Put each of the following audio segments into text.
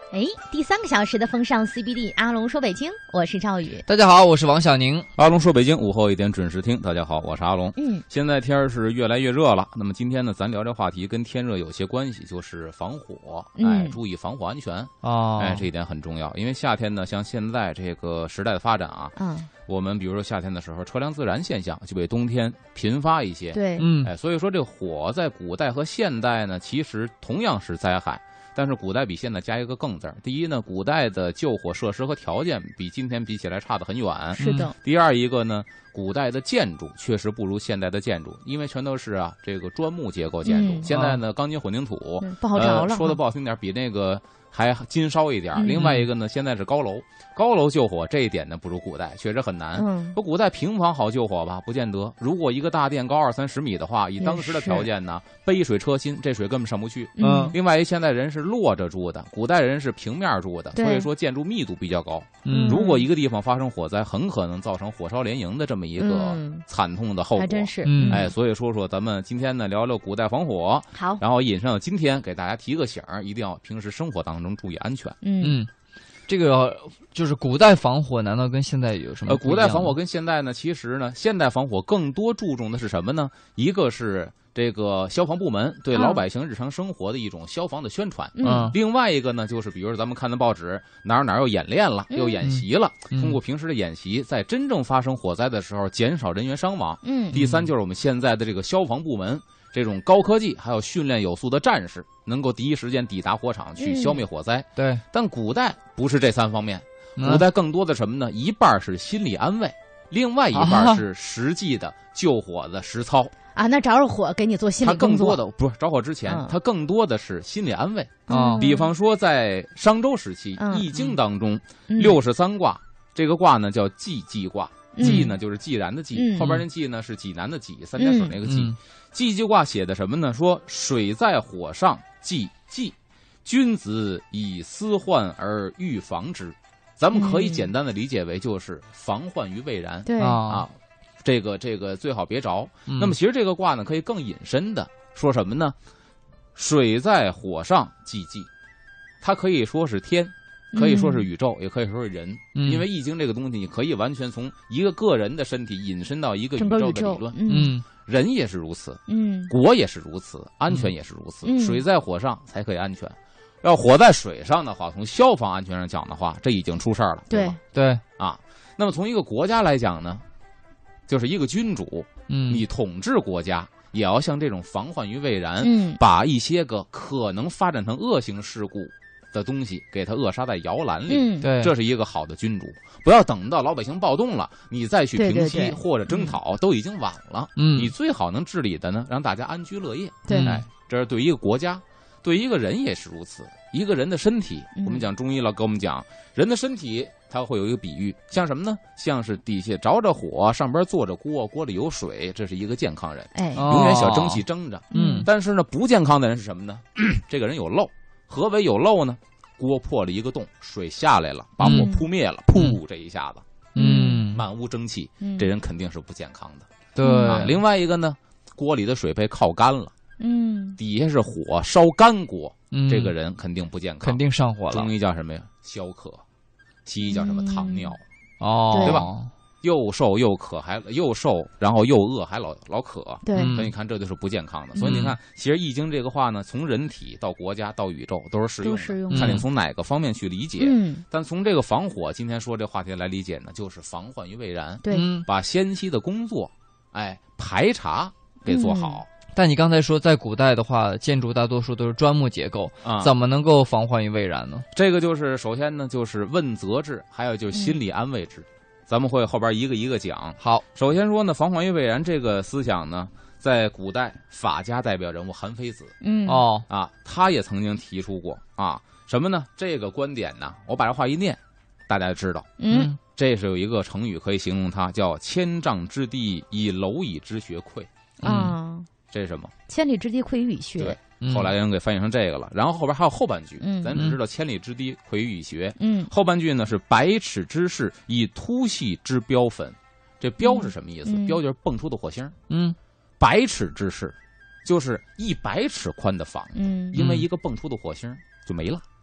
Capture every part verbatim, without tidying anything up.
哎，第三个小时的风尚 C B D， 阿龙说北京，我是赵宇。 大家好，我是王小宁。 阿龙说北京，午后一点准时听。大家好，我是阿龙。 嗯， 现在天是越来越热了。那么今天呢，咱聊这话题跟天热有些关系，就是防火。哎，注意防火安全哦。 哎，这一点很重要。因为夏天呢，像现在这个时代的发展啊， 嗯， 我们比如说夏天的时候，车辆自燃现象就比冬天频发一些。 对， 嗯， 哎，所以说这个火在古代和现代呢，其实同样是灾害。但是古代比现在加一个更字儿。第一呢，古代的救火设施和条件比今天比起来差得很远。 是的。 第二一个呢，古代的建筑确实不如现代的建筑，因为全都是啊这个砖木结构建筑。 嗯、 现在呢，钢筋混凝土， 不好着了、 呃。说的不好听点，比那个还筋烧一点。 嗯、 另外一个呢，现在是高楼，高楼救火这一点呢不如古代，确实很难。 嗯， 说古代平房好救火吧，不见得。如果一个大殿高二三十米的话，以当时的条件呢，杯水车薪，这水根本上不去。 嗯。 另外一现代人是落着住的，古代人是平面住的，所以说建筑密度比较高。 嗯， 如果一个地方发生火灾，很可能造成火烧连营的这么一个惨痛的后果。 还真是。 嗯， 哎，所以说说咱们今天呢聊聊古代防火。 好。 然后引申到今天，给大家提个醒儿，一定要平时生活当中注意安全。 嗯嗯，这个就是古代防火，难道跟现在有什么？ 呃，古代防火跟现代呢，其实呢，现代防火更多注重的是什么呢？一个是这个消防部门对老百姓日常生活的一种消防的宣传。 嗯。 另外一个呢，就是比如说咱们看的报纸，哪儿哪儿又演练了，又演习了。 嗯、 通过平时的演习，在真正发生火灾的时候，减少人员伤亡。 嗯。 第三就是我们现在的这个消防部门。这种高科技还有训练有素的战士，能够第一时间抵达火场去消灭火灾。 嗯、对， 但古代不是这三方面，古代更多的什么呢？一半是心理安慰，另外一半是实际的救火的实操。 啊，那着着火给你做心理工作。 他更多的不是着火之前， 嗯、 他更多的是心理安慰。 啊、 嗯，比方说在商周时期， 嗯《 易经》当中嗯、 六十三卦，这个卦呢叫济济卦。济呢就是济然的济， 嗯、 后边那济呢是济南的济，三点水那个济。 嗯、 济济卦写的什么呢？说水在火上，济济，君子以私患而预防之。咱们可以简单的理解为就是防患于未然。 对、 嗯、 啊，这个这个最好别着。 嗯、 那么其实这个卦呢可以更引申的说什么呢？水在火上，济济，它可以说是天。可以说是宇宙，嗯、也可以说是人， 嗯、 因为易经这个东西，你可以完全从一个个人的身体引申到一个宇宙的理论。 嗯， 人也是如此， 嗯， 国也是如此，安全也是如此。 嗯、 水在火上才可以安全，要火在水上的话，从消防安全上讲的话，这已经出事儿了。 对吧对啊，那么从一个国家来讲呢，就是一个君主， 嗯， 你统治国家。也要像这种防患于未然， 嗯， 把一些个可能发展成恶性事故的东西给它扼杀在摇篮里。 嗯， 对， 这是一个好的君主。不要等到老百姓暴动了，你再去平息对对对或者征讨，嗯、都已经晚了。 嗯， 你最好能治理的呢，让大家安居乐业。 对， 哎，这是对一个国家，对一个人也是如此。一个人的身体， 嗯、 我们讲中医老给我们讲，人的身体它会有一个比喻，像什么呢？像是底下着着火，上边坐着锅，锅里有水，这是一个健康人， 哎， 永远小蒸汽蒸着。 嗯， 但是呢，不健康的人是什么呢？这个人有漏。何为有漏呢？锅破了一个洞，水下来了，把火扑灭了， 嗯、 噗，这一下子， 嗯， 满屋蒸汽， 嗯、 这人肯定是不健康的。 对、 啊，另外一个呢，锅里的水被靠干了， 嗯， 底下是火烧干锅， 嗯、 这个人肯定不健康， 肯定上火了。 中医叫什么呀？消渴，西医叫什么？糖尿， 嗯、 哦， 对吧？又瘦又渴，还又瘦，然后又饿，还老老渴， 对， 所以你看这就是不健康的。嗯、所以你看，其实《易经》这个话呢，从人体到国家到宇宙都是适用的， 适用看你从哪个方面去理解。 嗯， 但从这个防火，今天说这话题来理解呢，就是防患于未然。 对， 把先期的工作，哎，排查给做好。 嗯、 但你刚才说，在古代的话，建筑大多数都是砖木结构， 啊、 怎么能够防患于未然呢？ 这个就是首先呢，就是问责制，还有就是心理安慰制。嗯，咱们会后边一个一个讲。 好， 首先说呢，防患于未然这个思想呢，在古代法家代表人物韩非子， 嗯， 哦啊，他也曾经提出过啊，什么呢？这个观点呢，我把这话一念，大家就知道， 嗯， 这是有一个成语可以形容它，叫千丈之地，以蝼蚁之学溃。 啊， 这是什么？ 千里之堤溃于蚁穴。 对。后来人给翻译成这个了，然后后边还有后半句， 嗯、 咱只知道千里之堤溃于蚁穴， 嗯， 后半句呢是百尺之势以凸细之标粉，这标是什么意思？ 嗯、 标就是蹦出的火星， 嗯， 百尺之势就是一百尺宽的房， 嗯， 因为一个蹦出的火星就没了，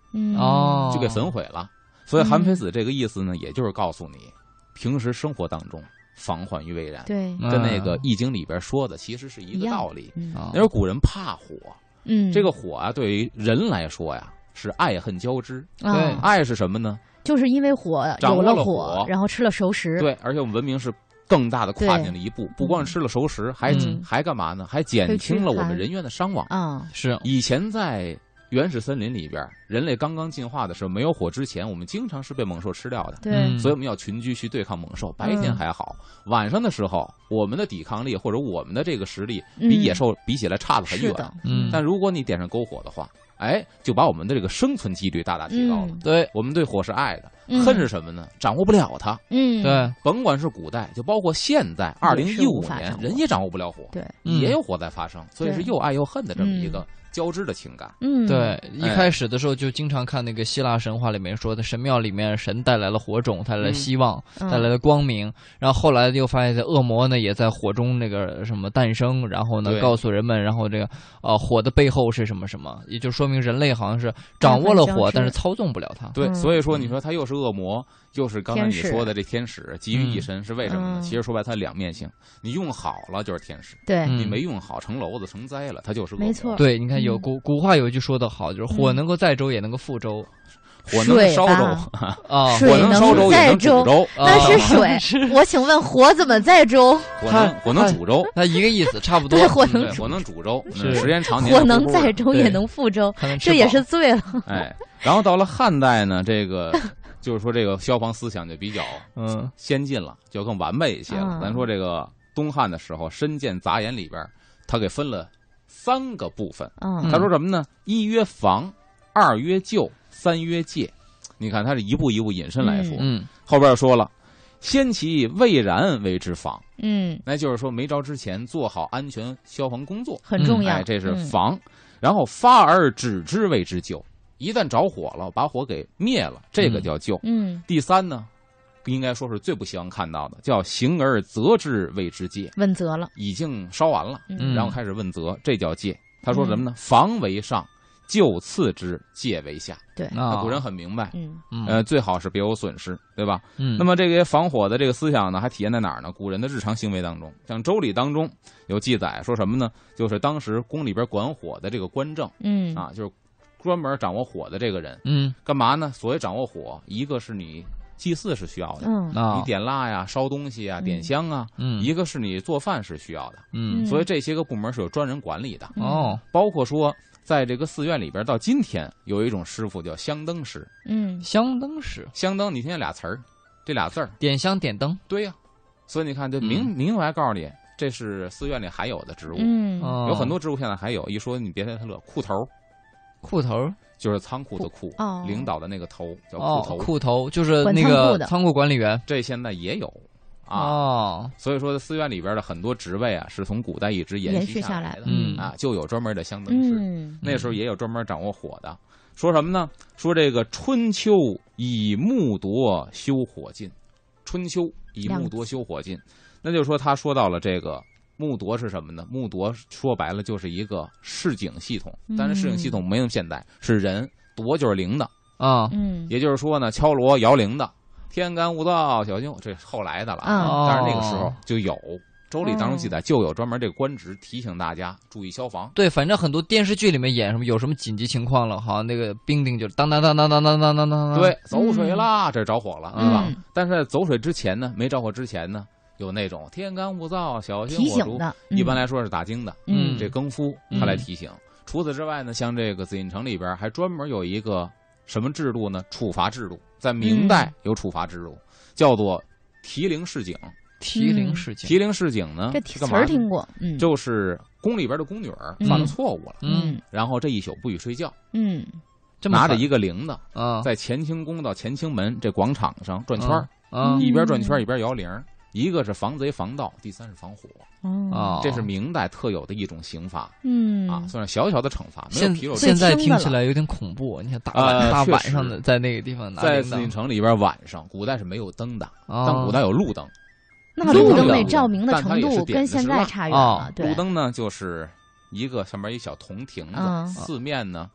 嗯哦， 就给焚毁了。所以韩非子这个意思呢，也就是告诉你，平时生活当中防患于未然， 对， 跟那个《易经》里边说的其实是一一样个道理。 嗯啊那时候古人怕火， 嗯， 这个火啊，对于人来说呀，是爱恨交织。 啊对爱是什么呢？ 就是因为火掌握有了了火然后吃了熟食， 对，而且我们文明是更大的跨进了一步，不光是吃了熟食，还、 嗯还干嘛呢？还减轻了我们人员的伤亡。 啊， 是以前在原始森林里边，人类刚刚进化的时候，没有火之前，我们经常是被猛兽吃掉的。 对， 嗯所以我们要群居去对抗猛兽。白天还好，晚上的时候，我们的抵抗力或者我们的这个实力比野兽比起来差得很远。 是的， 嗯， 但如果你点上篝火的话，哎，就把我们的这个生存几率大大提高了。 嗯对我们对火是爱的， 嗯恨是什么呢？掌握不了它。 嗯， 对， 甭管是古代，就包括现在，二零一五年， 无法掌握人也掌握不了火， 对， 嗯也有火在发生，所以是对又爱又恨的这么一个交织的情感。 嗯， 对，一开始的时候就经常看那个希腊神话里面说的，神庙里面神带来了火种，带来了希望， 嗯带来了光明。然后后来又发现，恶魔呢也在火中那个什么诞生，然后呢对告诉人们，然后这个呃火的背后是什么什么，也就说明人类好像是掌握了火， 爱恨交织但是操纵不了它。 对， 嗯所以说你说他又是恶魔，又是刚才你天使说的这天使，集于一身，是为什么呢？ 嗯其实说白，它两面性，你用好了就是天使， 对， 嗯你没用好成篓子成灾了，它就是恶魔。 没错对，你看有嗯古古话有一句说得好，就是火嗯能够载舟，也能够覆舟火能水吧烧粥， 啊。 水火能烧粥也能载舟煮粥， 那是啊水。我请问火怎么载舟？ 火能火能煮粥， 它一个意思，差不多。 对火嗯能对，火能煮粥， 是嗯时间长年火能糊糊的载舟也能覆舟， 可能吃这也饱是醉了。 哎，然后到了汉代呢，这个就是说这个消防思想就比较嗯先进了，就更完备一些了。 嗯咱说这个东汉的时候，《身见杂言》里边，他给分了三个部分。 嗯他说什么呢？一曰防，二曰救，三曰戒。你看，他是一步一步引申来说。 嗯后边说了，先其未然为之防， 嗯， 那就是说没着之前做好安全消防工作， 很重要。 哎，这是嗯防。然后发而止之谓之救，一旦着火了，把火给灭了，这个叫救。 嗯， 第三呢，应该说是最不希望看到的，叫行而责之谓之戒， 问责了。 已经烧完了， 嗯然后开始问责，这叫戒。他说什么呢？防为上，救次之，戒为下。 对， 啊， 古人很明白， 嗯嗯呃，最好是别有损失，对吧？ 嗯， 那么这个防火的这个思想呢，还体现在哪儿呢？古人的日常行为当中，像《周礼》当中有记载，说什么呢？就是当时宫里边管火的这个官正嗯啊，就是专门掌握火的这个人， 嗯干嘛呢？所谓掌握火，一个是你祭祀是需要的， 嗯啊你点蜡呀、烧东西啊、 嗯点香啊， 嗯一个是你做饭是需要的， 嗯所以这些个部门是有专人管理的。 哦包括说，在这个寺院里边，到今天有一种师傅叫香灯师。 嗯香灯师香灯，你听见俩词儿，这俩字儿， 点香点灯对呀、所以你看，这明、 嗯明白告诉你，这是寺院里还有的植物， 嗯哦有很多植物现在还有。一说你别太乐，裤头裤头就是仓库的库， 哦领导的那个头叫哦裤头， 裤头就是管那仓库的个仓库管理员这现在也有啊。 哦所以说，寺院里边的很多职位啊，是从古代一直延续下来的。 续下来的。 嗯啊，就有专门的香灯师。 嗯那时候也有专门掌握火的。说什么呢？说这个春秋以木铎修火尽，春秋以木铎修火尽，那就是说他说到了这个木铎是什么呢？木铎说白了就是一个示警系统，但是示警系统没那么现代，是人，铎就是铃的， 啊嗯也就是说呢，敲锣摇铃的，天干物燥，小心，这是后来的了。 啊但是那个时候就有。周礼当中哦记载，就有专门这个官职提醒大家注意消防。 对，反正很多电视剧里面演什么有什么紧急情况了，好像那个兵丁就当当当当当当当当当， 对，走水啦，这着火了， 嗯是吧？ 嗯但是在走水之前呢，没着火之前呢，有那种天干物燥，小心提火烛。 醒的， 一般来说是打更的， 嗯这更夫他来提醒。除此之外呢，像这个紫禁城里边还专门有一个什么制度呢？处罚制度，在明代有处罚制度，叫做提灵示警。 提灵示警， 提灵示警呢， 这词是干嘛呢？ 儿听过。嗯就是宫里边的宫女儿犯了错误了， 嗯然后这一宿不许睡觉， 嗯这么狠拿着一个铃铛， 啊在乾清宫到乾清门这广场上转圈儿。 啊一边转圈一边摇铃，一个是防贼防盗，第三是防火， 哦啊， 这是明代特有的一种刑罚嗯啊，算是小小的惩罚，没有现皮肉现在最轻的听起来有点恐怖，你看大呃晚大确实晚上的在那个地方拿铃在紫禁铛， 城里边晚上，古代是没有灯的， 啊但古代有路灯。 那路灯路灯那照明的但它程度也是点跟现在的是蜡差远哦了。对路，灯呢，就是一个上面一小铜亭子， 嗯四面呢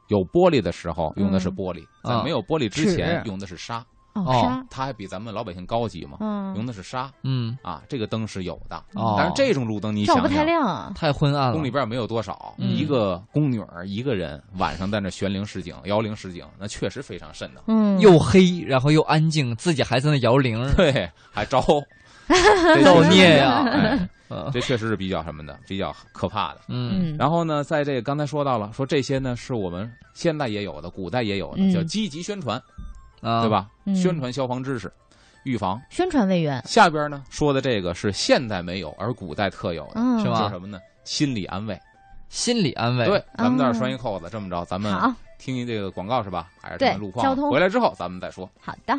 有玻璃的时候用的是玻璃， 嗯、 在没有玻璃之前纸用的是纱。 哦，纱， 它还比咱们老百姓高级嘛， 嗯， 用的是纱。 嗯啊，这个灯是有的， 哦、 但是这种路灯你想想， 照不太亮啊， 太昏暗了。 宫里边没有多少， 嗯、 一个宫女儿一个人晚上在那悬铃示警、摇铃示警，那确实非常瘆得慌。 嗯， 又黑，然后又安静，自己还在那摇铃， 对，还招造孽呀！ 哎这确实是比较什么的，比较可怕的。 嗯， 然后呢，在这个刚才说到了，说这些呢是我们现代也有的，古代也有的， 嗯、 叫积极宣传， 啊、 对吧？ 嗯、 宣传消防知识，预防。 宣传为源。 下边呢说的这个是现代没有，而古代特有的， 嗯、 是吧？ 就是什么呢？心理安慰。 心理安慰。 对，咱们这儿拴一扣子，这么着，咱们好听一这个广告是吧？还是咱们路况？ 交通回来之后咱们再说。 好的。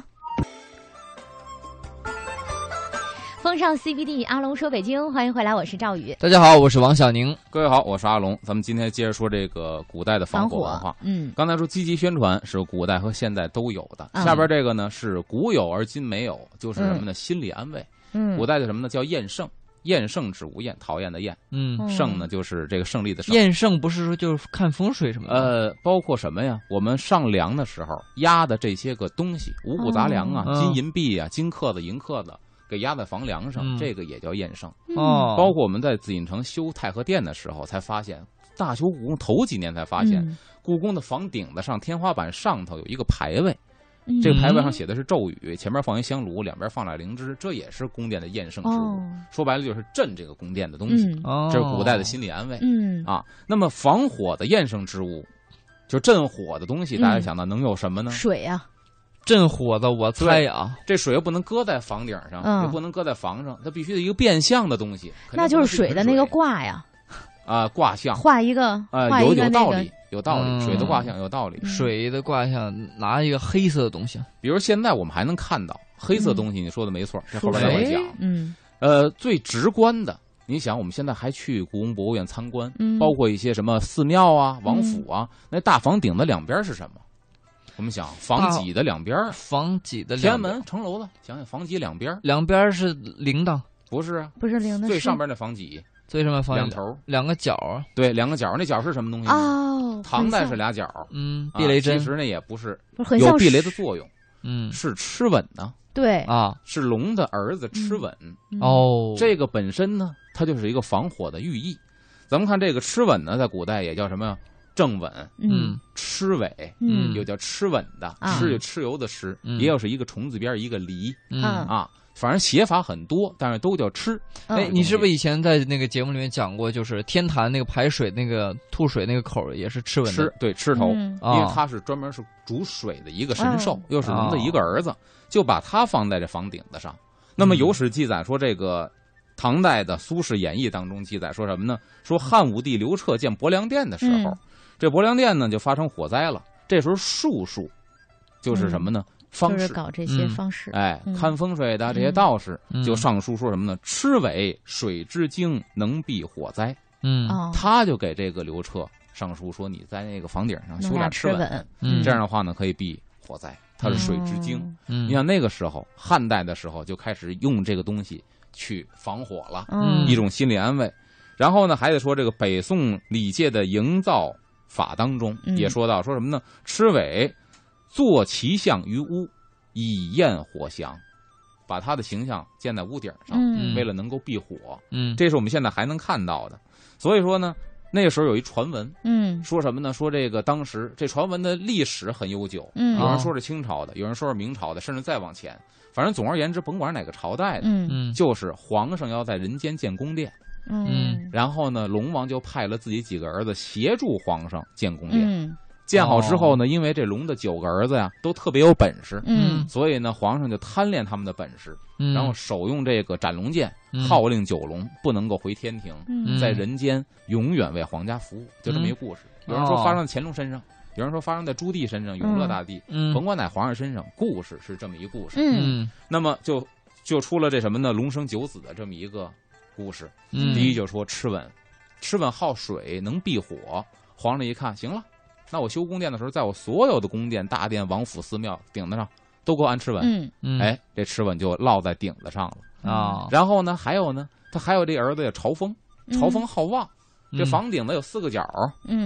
风尚 C B D， 阿龙说北京，欢迎回来，我是赵宇。 大家好，我是王小宁。 各位好，我是阿龙。咱们今天接着说这个古代的防火文化。 嗯， 刚才说积极宣传是古代和现代都有的， 嗯、 下边这个呢是古有而今没有，就是什么呢？嗯、心理安慰。 嗯， 古代的什么呢？叫厌胜。厌胜指无厌，讨厌的厌。 嗯， 胜呢就是这个胜利的胜。 厌胜不是说就是看风水什么的？ 呃，包括什么呀？我们上梁的时候压的这些个东西，五谷杂粮啊， 哦、 金银币啊，金刻的、银刻的。给压在房梁上， 嗯、 这个也叫厌胜。 哦， 包括我们在紫禁城修太和殿的时候，才发现大修故宫头几年才发现， 嗯、 故宫的房顶子上、天花板上头有一个牌位， 嗯、 这个牌位上写的是咒语，前面放一香炉，两边放俩灵芝，这也是宫殿的厌胜之物。 哦、 说白了就是镇这个宫殿的东西， 嗯、 这是古代的心理安慰。 嗯啊，那么防火的厌胜之物，就镇火的东西，大家想到能有什么呢？ 水啊。 镇火的，我猜呀， 这水又不能搁在房顶上， 嗯、 也不能搁在房上，它必须得一个变相的东西。 那就是水的那个卦呀， 啊，卦象画一个啊，有有道理，有道理， 嗯、 水的卦象有道理。 嗯、 水的卦象拿一个黑色的东西， 比如现在我们还能看到黑色东西，你说的没错，这后边再会讲。 嗯， 呃，最直观的，你想我们现在还去故宫博物院参观， 嗯、 包括一些什么寺庙啊、王府啊，那大房顶的两边是什么？我们想房脊的两边， 房脊的天安门城楼子，想想房脊两边， 两边是铃铛， 不是啊， 不是铃铛， 最上边那房脊， 最上面房两头两个角啊， 对，两个角，那角是什么东西？ 哦， 唐代是俩角， 嗯，避雷针， 其实那也不是， 很有避雷的作用， 嗯， 是螭吻呢， 对啊，是龙的儿子螭吻， 哦， 这个本身呢，它就是一个防火的寓意。咱们看这个螭吻呢，在古代也叫什么？正吻， 嗯， 螭尾， 嗯， 又叫螭吻的，螭就蚩尤的螭，也有是一个虫字边一个离， 嗯啊，反正写法很多，但是都叫螭。 哎，你是不是以前在那个节目里面讲过，就是天坛那个排水那个吐水那个口也是螭吻的？ 对，螭头， 嗯、 因为它是专门是主水的一个神兽，又是龙的一个儿子，就把它放在这房顶子上。那么有史记载说这个。唐代的《苏轼演义》当中记载说什么呢？说汉武帝刘彻建博良殿的时候， 嗯、 这博良殿呢就发生火灾了。这时候术数就是什么呢？ 嗯、 方士就是搞这些方式， 嗯、哎， 嗯、 看风水的这些道士、 嗯、 就上书说什么呢？螭尾水之精，能避火灾。 嗯， 他就给这个刘彻上书说，你在那个房顶上修俩螭吻， 嗯、 这样的话呢可以避火灾。它是水之精。 嗯， 你想那个时候汉代的时候就开始用这个东西。去防火了， 嗯， 一种心理安慰。然后呢，还得说这个北宋礼戒的营造法当中也说到，说什么呢？螭尾坐其像于屋，以焰火降，把他的形象建在屋顶上， 嗯、 为了能够避火。 嗯， 这是我们现在还能看到的。所以说呢，那个时候有一传闻， 嗯， 说什么呢？说这个当时这传闻的历史很悠久， 嗯， 有人说是清朝的，有人说是明朝的，甚至再往前。反正总而言之，甭管哪个朝代的， 嗯， 就是皇上要在人间建宫殿， 嗯， 然后呢，龙王就派了自己几个儿子协助皇上建宫殿。 嗯， 建好之后呢，因为这龙的九个儿子呀都特别有本事， 嗯， 所以呢，皇上就贪恋他们的本事， 嗯、 然后手用这个斩龙剑， 嗯、 号令九龙不能够回天庭， 嗯、 在人间永远为皇家服务，就这么一个故事。 嗯、 有人说发生在乾隆身上。有人说发生在朱棣身上，永乐大帝， 嗯， 甭管哪皇上身上，故事是这么一个故事， 嗯， 那么就就出了这什么呢？龙生九子的这么一个故事。 嗯， 第一就说螭吻，螭吻好水，能避火。皇上一看，行了，那我修宫殿的时候，在我所有的宫殿、大殿、王府、寺庙顶子上都给我安螭吻。 嗯嗯， 哎，这螭吻就落在顶子上了啊。 然后呢，还有呢，他还有这儿子也朝风，朝风好旺， 嗯、 这房顶子有四个角， 嗯。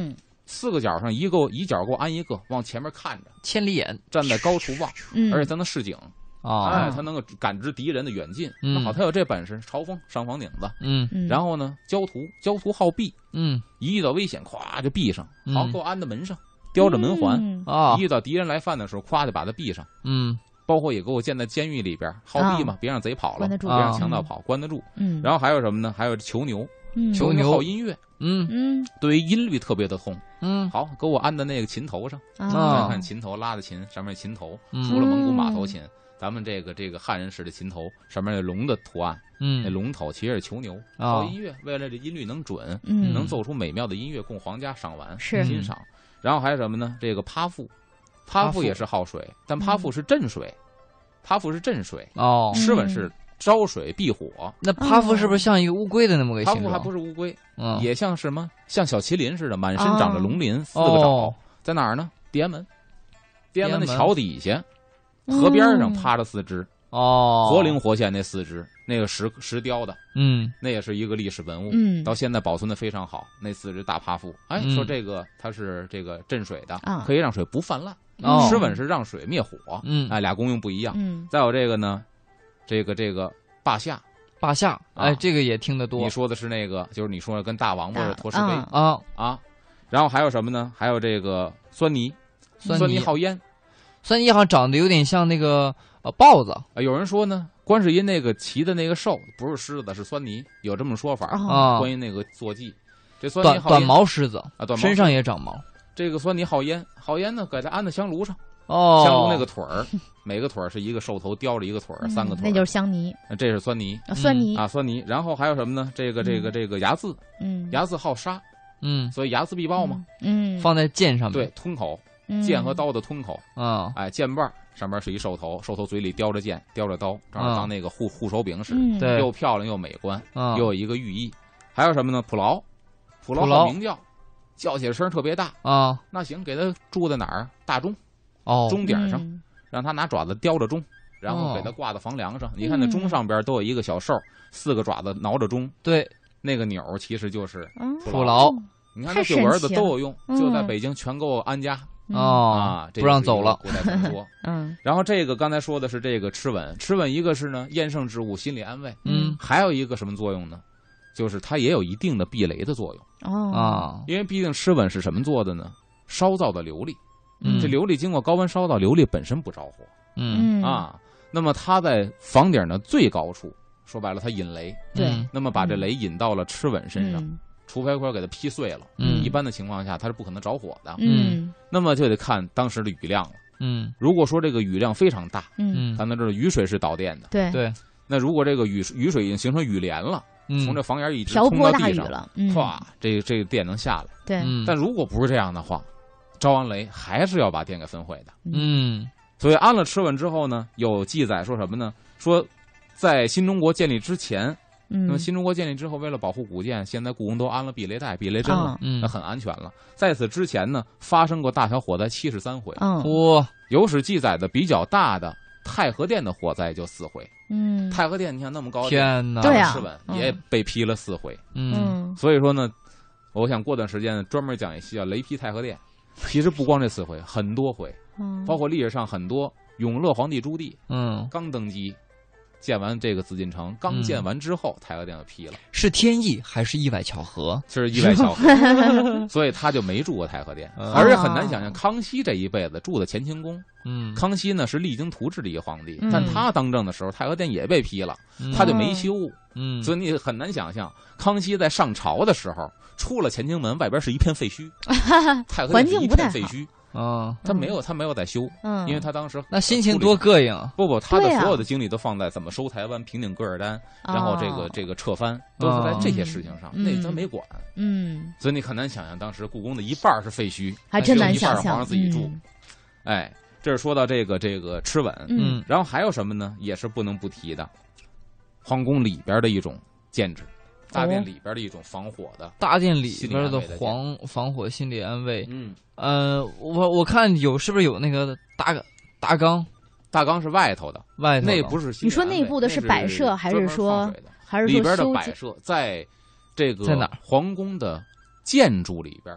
四个角上一个一角给我安一个，往前面看着， 千里眼， 站在高处望， 嗯， 而且他能示警。 啊， 哎，他能够感知敌人的远近。 嗯那好，他有这本事，朝风上房顶子。 嗯嗯然后呢，焦土，焦土好避， 嗯一遇到危险，咵就闭上。 嗯好，给我安在门上，雕着门环。 嗯啊一遇到敌人来犯的时候，咵就把它闭上。 嗯包括也给我建在监狱里边，好避嘛，别让贼跑了， 关得住别让强盗跑，关得住。 嗯， 然后还有什么呢？还有囚牛， 嗯囚牛好音乐， 嗯嗯对于音律特别的通。 嗯好，给我安在那个琴头上， 啊看看琴头拉的琴，上面琴头， 嗯除了蒙古马头琴，咱们这个这个汉人式的琴头上面那龙的图案，那嗯龙头其实是囚牛。 啊好音乐，为了这音律能准， 嗯， 能奏出美妙的音乐供皇家赏玩是欣赏。然后还有什么呢？这个趴腹，趴趴腹腹也是好水，但趴腹是镇水，趴腹是镇水， 哦， 吃稳是招水避火。 那趴腹是不是像一个乌龟的那么个形状？ 趴腹还不是乌龟， 嗯也像什么？像小麒麟似的，满身长着龙鳞，四个哦爪，在哪儿呢？地安门，地安门的地安门桥底下，河边上趴着四只， 哦， 活灵活现那四只，那个石石雕的， 嗯那也是一个历史文物， 嗯到现在保存的非常好。那四只大趴腹，哎， 嗯说这个它是这个镇水的， 啊可以让水不泛滥。 哦吃稳是让水灭火， 嗯哎，俩功用不一样。 嗯再有这个呢，这个这个霸下， 霸下，哎， 啊这个也听得多你说的是那个，就是你说的跟大王八大的驼石碑嗯啊。 啊。然后还有什么呢？还有这个酸泥， 酸泥酸泥好烟酸泥好像长得有点像那个呃豹子啊。有人说呢，观世音那个骑的那个兽不是狮子，是酸泥，有这么说法。 哦啊， 观音那个坐骑，这酸泥短短好烟毛狮子啊，短毛身上也长毛这个酸泥好烟，好烟呢，给它安在香炉上， 哦， 香炉那个腿儿，每个腿儿是一个兽头叼着一个腿儿，三个腿儿， 那就是香泥， 那这是酸泥啊酸泥啊，酸泥。然后还有什么呢？这个这个这个牙字， 嗯， 牙字好杀， 嗯， 所以睚眦必报嘛。 嗯， 放在剑上面， 对，吞口， 嗯剑和刀的吞口， 啊， 哎，剑把儿上面是一兽头，兽头嘴里叼着剑，叼着刀，正好当那个护护手柄使， 嗯对又漂亮又美观， 啊， 又有一个寓意。还有什么呢？普劳，普劳普劳好鸣叫，叫起来声儿特别大。 啊， 那行，给他住在哪儿？大钟， 哦， 钟点上， 嗯让他拿爪子叼着钟，然后给他挂在房梁上。你看那钟上边都有一个小兽，四个爪子挠着钟， 对， 那个钮儿其实就是嗯普劳你看太这九个儿子神奇了都有用， 嗯就在北京全给我安家哦啊，这不让走了， 古代传说。 嗯然后这个刚才说的是这个吃稳，吃稳一个是呢厌胜之物，心理安慰， 嗯还有一个什么作用呢？就是它也有一定的避雷的作用， 哦啊， 因为毕竟吃稳是什么做的呢？烧造的琉璃， 嗯这琉璃经过高温烧造，琉璃本身不着火嗯嗯啊。那么它在房顶的最高处，说白了它引雷， 对嗯那么把这雷引到了吃稳身上， 嗯除非说给它劈碎了， 嗯一般的情况下它是不可能着火的。 嗯那么就得看当时的雨量了。 嗯如果说这个雨量非常大， 嗯嗯， 咱们知道雨水是导电的， 对对， 那如果这个雨雨水已经形成雨帘了， 嗯从这房檐一直瓢冲泼大雨到地上， 了，嗯唰，这这个电能下来。 对嗯但如果不是这样的话，招完雷还是要把电给分会的。 嗯所以安了吃稳之后呢，有记载说什么呢？说在新中国建立之前，那么嗯新中国建立之后，为了保护古建，现在故宫都安了避雷带、避雷针了， 嗯那很安全了。在此之前呢，发生过大小火灾七十三回， 嗯嚯， 有史记载的比较大的太和殿的火灾就四回。 嗯太和殿你看那么高的天哪， 对啊吃稳嗯也被劈了四回。 嗯嗯所以说呢，我想过段时间专门讲一期叫雷劈太和殿。其实不光这四回，很多回， 嗯包括历史上很多永乐皇帝朱棣嗯， 刚登基，建完这个紫禁城，刚建完之后，太和殿就劈了， 是天意还是意外巧合？ 这是意外巧合，所以他就没住过太和殿， 嗯而且很难想象康熙这一辈子住的乾清宫。 嗯， 康熙呢是励精图治的一个皇帝， 嗯但他当政的时候，太和殿也被劈了， 嗯他就没修， 嗯， 所以你很难想象康熙在上朝的时候，出了乾清门，外边是一片废墟，太和环殿是一境不太好片废墟， 啊， 他没有他没有在修， 嗯， 因为他当时那心情多膈应啊！ 不不，他的对啊所有的精力都放在怎么收台湾、平定噶尔丹，然后这个哦这个撤藩，都是在这些事情上， 嗯那他没管， 嗯， 所以你很难想象当时故宫的一半是废墟， 还真难只有一半想象是皇上自己住。 嗯哎，这是说到这个这个吃稳， 嗯然后还有什么呢？也是不能不提的，皇宫里边的一种建制，大殿里边的一种防火的。 大殿里边的心理安慰的防防火心理安慰， 嗯， 呃，我我看有是不是有那个大大缸大缸是外头的， 外头的那不是心你说理安慰内部的是摆设还是那是专门说放水的还是里边的说修建摆设在这个在哪儿皇宫的建筑里边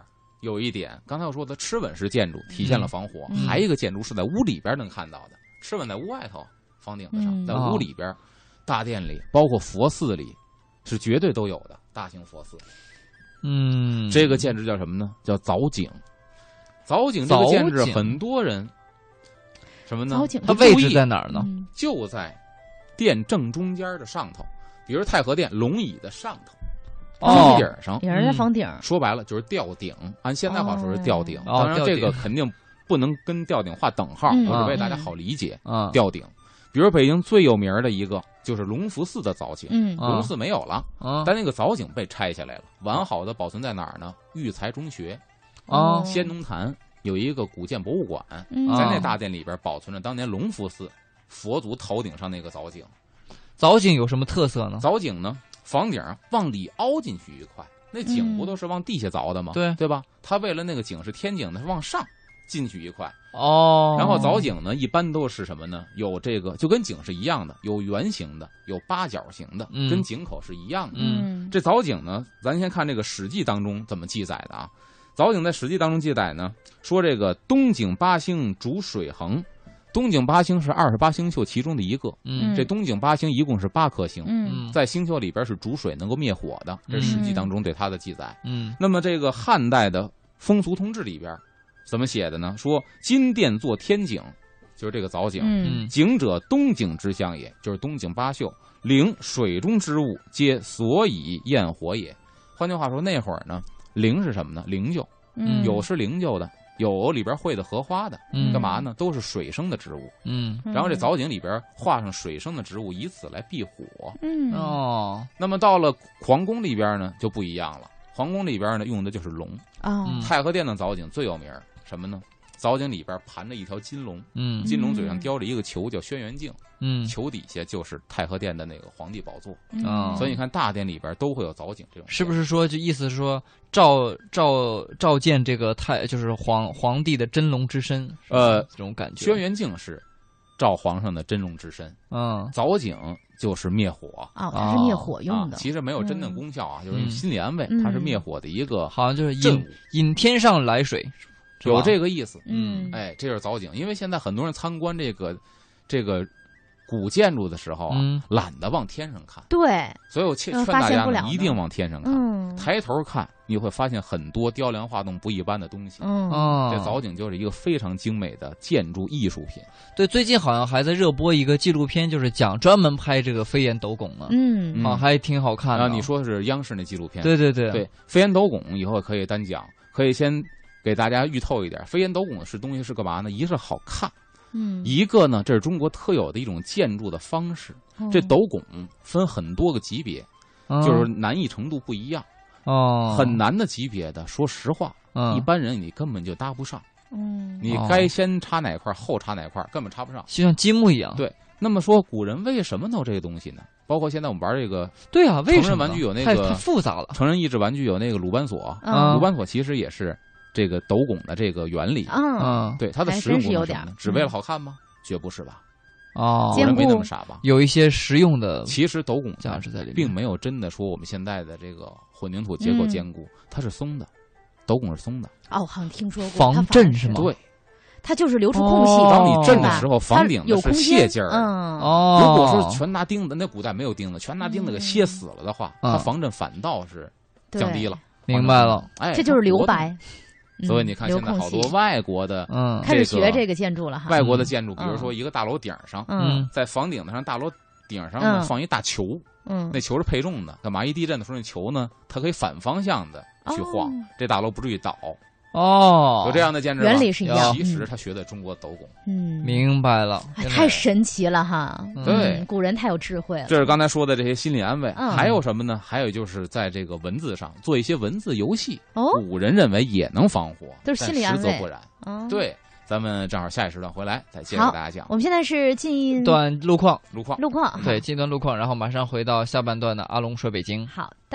有一点，刚才我说的螭吻式建筑体现了防火， 嗯、 还有一个建筑是在屋里边能看到的，螭吻在屋外头，房顶子上， 嗯、 在屋里边，大殿里，包括佛寺里，是绝对都有的大型佛寺。 嗯， 这个建筑叫什么呢？叫藻井。藻井这个建筑，很多人什么呢？ 藻井它位置在哪儿呢？ 嗯、 就在殿正中间的上头，比如太和殿龙椅的上头。房顶上， 也是在房顶、 嗯。说白了就是吊顶，按现代话说是吊顶。 哦、 当然，这个肯定不能跟吊顶画等号， 嗯、 我是为大家好理解。 嗯， 吊顶，比如北京最有名的一个就是隆福寺的藻井。 嗯， 隆福寺没有了， 嗯， 但那个藻井被拆下来了，完好的保存在哪儿呢？育才中学， 啊， 先农坛有一个古建博物馆， 嗯、 在那大殿里边保存着当年隆福寺佛祖头顶上那个藻井。 藻井有什么特色呢？ 藻井呢，房顶往里凹进去一块。那井不都是往地下凿的吗？ 对、 嗯、对吧？它为了那个井是天井的，它往上进去一块哦。 然后藻井呢，一般都是什么呢？有这个就跟井是一样的，有圆形的，有八角形的， 嗯、 跟井口是一样的。 嗯， 这藻井呢，咱先看这个《史记》当中怎么记载的啊？藻井在《史记》当中记载呢，说这个东井八星主水衡。东井八星是二十八星宿其中的一个， 嗯， 这东井八星一共是八颗星， 嗯， 在星宿里边是主水，能够灭火的，这是《史记》当中对它的记载。 嗯， 那么这个汉代的风俗通志里边怎么写的呢？说金殿作天井，就是这个藻井， 嗯， 井者东井之象也，就是东井八宿，灵水中之物，皆所以焰火也。换句话说，那会儿呢，灵是什么呢？灵柩， 嗯， 有是灵柩的。有里边绘的荷花的， 嗯， 干嘛呢？都是水生的植物， 嗯， 然后这藻井里边画上水生的植物，以此来避火。 嗯哦， 那么到了皇宫里边呢，就不一样了。皇宫里边呢，用的就是龙。 哦， 太和殿的藻井最有名什么呢？藻井里边盘着一条金龙， 嗯， 金龙嘴上叼着一个球，叫轩辕镜， 嗯， 球底下就是太和殿的那个皇帝宝座， 嗯， 所以你看大殿里边都会有藻井这种。 是不是说就意思是说召召召见这个太就是皇皇帝的真龙之身？ 呃， 这种感觉。 轩辕镜是召皇上的真龙之身， 嗯， 藻井就是灭火。 哦，它是灭火用的， 啊、其实没有真正功效啊， 嗯、 就是心理安慰， 嗯、 它是灭火的一个， 好像就是引引天上来水。 有这个意思， 嗯， 哎，这就是藻井。因为现在很多人参观这个这个古建筑的时候啊， 嗯、 懒得往天上看， 对， 所以我劝劝大家呢， 一定往天上看， 嗯， 抬头看，你会发现很多雕梁画栋不一般的东西。 嗯， 这藻井就是一个非常精美的建筑艺术品。 对，最近好像还在热播一个纪录片，就是讲专门拍这个飞檐斗拱的， 嗯， 啊，还挺好看的。 啊，你说是央视那纪录片？ 对对对对，飞檐斗拱以后可以单讲，可以先。给大家预透一点，飞檐斗拱是东西是干嘛呢？一是好看， 嗯， 一个呢，这是中国特有的一种建筑的方式。 哦、 这斗拱分很多个级别， 哦、 就是难易程度不一样。 哦， 很难的级别的，说实话， 嗯、 一般人你根本就搭不上。 嗯， 你该先插哪块，后插哪块，根本插不上， 就像积木一样。 对。那么说，古人为什么弄这个东西呢？包括现在我们玩这个， 对啊，为什么？ 成人玩具有那个太复杂了。 成人益智玩具有那个鲁班锁， 嗯、 鲁班锁其实也是。这个斗拱的这个原理， 嗯， 对它的实用功能是什么呢？只为了好看吗？绝不是吧？ 哦， 古人没那么傻吧？ 有一些实用的， 其实斗拱价值在里面， 并没有真的说我们现在的这个混凝土结构坚固，它是松的，斗拱是松的。 哦，好像听说过， 防震是吗？ 对， 它就是留出空隙。 当你震的时候，房顶的是泄劲儿。 嗯， 哦， 如果说全拿钉子，那古代没有钉子，全拿钉子给歇死了的话，它防震反倒是降低了。 明白了， 哎， 这就是留白。 所以你看，现在好多外国的， 嗯， 开始学这个建筑了哈。 外国的建筑，比如说一个大楼顶上， 嗯， 在房顶子上、大楼顶上呢放一大球， 嗯， 那球是配重的，干嘛？一地震的时候，那球呢，它可以反方向的去晃，这大楼不至于倒。 哦， 有这样的建筑， 原理是一样。 其实他学的中国斗拱， 嗯， 明白了， 太神奇了哈。 对， 古人太有智慧了。 这是刚才说的这些心理安慰，还有什么呢？还有就是在这个文字上做一些文字游戏， 哦， 古人认为也能防火， 都是心理安慰， 实则不然。对，咱们正好下一时段回来再接着给大家讲。 我们现在是进一段路况， 路况， 路况， 对，进一段路况，然后马上回到下半段的阿龙说北京。 好的。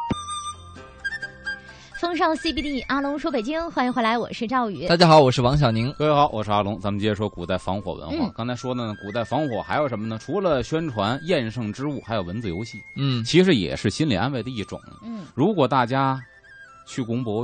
风尚 C B D， 阿龙说北京，欢迎回来，我是赵宇。 大家好，我是王小宁。 各位好，我是阿龙。咱们接着说古代防火文化。 嗯、 刚才说呢，古代防火还有什么呢？除了宣传厌胜之物，还有文字游戏。 嗯， 其实也是心理安慰的一种。 嗯， 如果大家去故宫博物院，或